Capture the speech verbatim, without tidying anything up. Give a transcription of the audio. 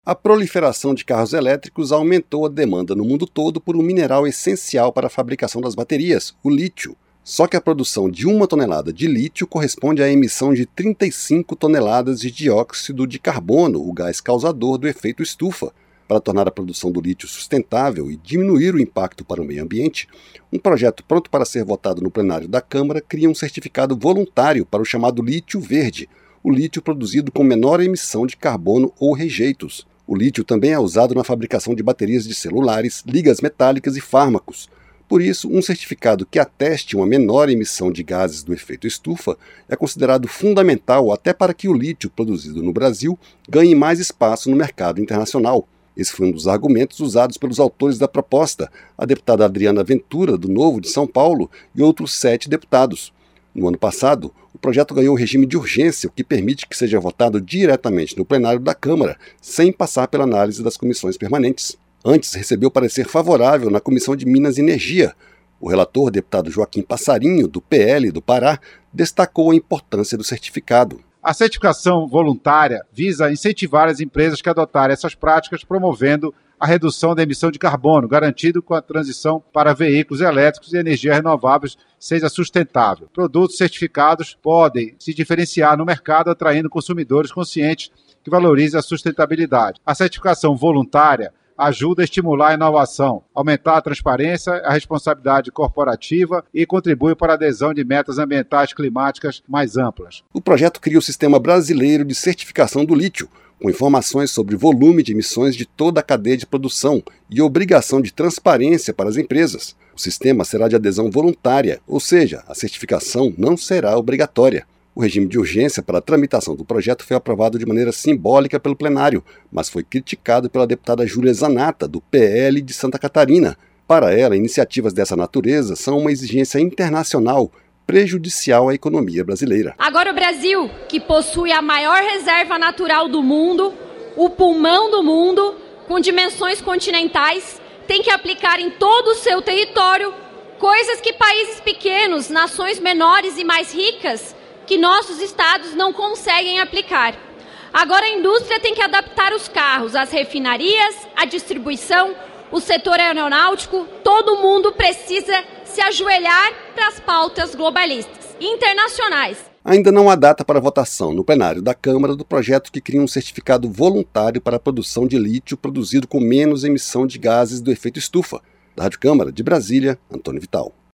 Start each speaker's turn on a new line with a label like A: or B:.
A: A proliferação de carros elétricos aumentou a demanda no mundo todo por um mineral essencial para a fabricação das baterias, o lítio. Só que a produção de uma tonelada de lítio corresponde à emissão de trinta e cinco toneladas de dióxido de carbono, o gás causador do efeito estufa. Para tornar a produção do lítio sustentável e diminuir o impacto para o meio ambiente, um projeto pronto para ser votado no plenário da Câmara cria um certificado voluntário para o chamado lítio verde, o lítio produzido com menor emissão de carbono ou rejeitos. O lítio também é usado na fabricação de baterias de celulares, ligas metálicas e fármacos. Por isso, um certificado que ateste uma menor emissão de gases do efeito estufa é considerado fundamental até para que o lítio produzido no Brasil ganhe mais espaço no mercado internacional. Esse foi um dos argumentos usados pelos autores da proposta, a deputada Adriana Ventura, do Novo de São Paulo, e outros sete deputados. No ano passado, o projeto ganhou regime de urgência, o que permite que seja votado diretamente no plenário da Câmara, sem passar pela análise das comissões permanentes. Antes, recebeu parecer favorável na Comissão de Minas e Energia. O relator, deputado Joaquim Passarinho, do P L do Pará, destacou a importância do certificado.
B: A certificação voluntária visa incentivar as empresas que adotarem essas práticas, promovendo a redução da emissão de carbono, garantido com a transição para veículos elétricos e energias renováveis seja sustentável. Produtos certificados podem se diferenciar no mercado, atraindo consumidores conscientes que valorizem a sustentabilidade. A certificação voluntária ajuda a estimular a inovação, aumentar a transparência, a responsabilidade corporativa e contribui para a adesão de metas ambientais climáticas mais amplas.
A: O projeto cria o Sistema Brasileiro de Certificação do Lítio, com informações sobre volume de emissões de toda a cadeia de produção e obrigação de transparência para as empresas. O sistema será de adesão voluntária, ou seja, a certificação não será obrigatória. O regime de urgência para a tramitação do projeto foi aprovado de maneira simbólica pelo plenário, mas foi criticado pela deputada Júlia Zanata, do P L de Santa Catarina. Para ela, iniciativas dessa natureza são uma exigência internacional prejudicial à economia brasileira.
C: Agora o Brasil, que possui a maior reserva natural do mundo, o pulmão do mundo, com dimensões continentais, tem que aplicar em todo o seu território coisas que países pequenos, nações menores e mais ricas, que nossos estados não conseguem aplicar. Agora a indústria tem que adaptar os carros, as refinarias, a distribuição, o setor aeronáutico, todo mundo precisa se ajoelhar para as pautas globalistas e internacionais.
A: Ainda não há data para votação no plenário da Câmara do projeto que cria um certificado voluntário para a produção de lítio produzido com menos emissão de gases do efeito estufa. Da Rádio Câmara de Brasília, Antônio Vital.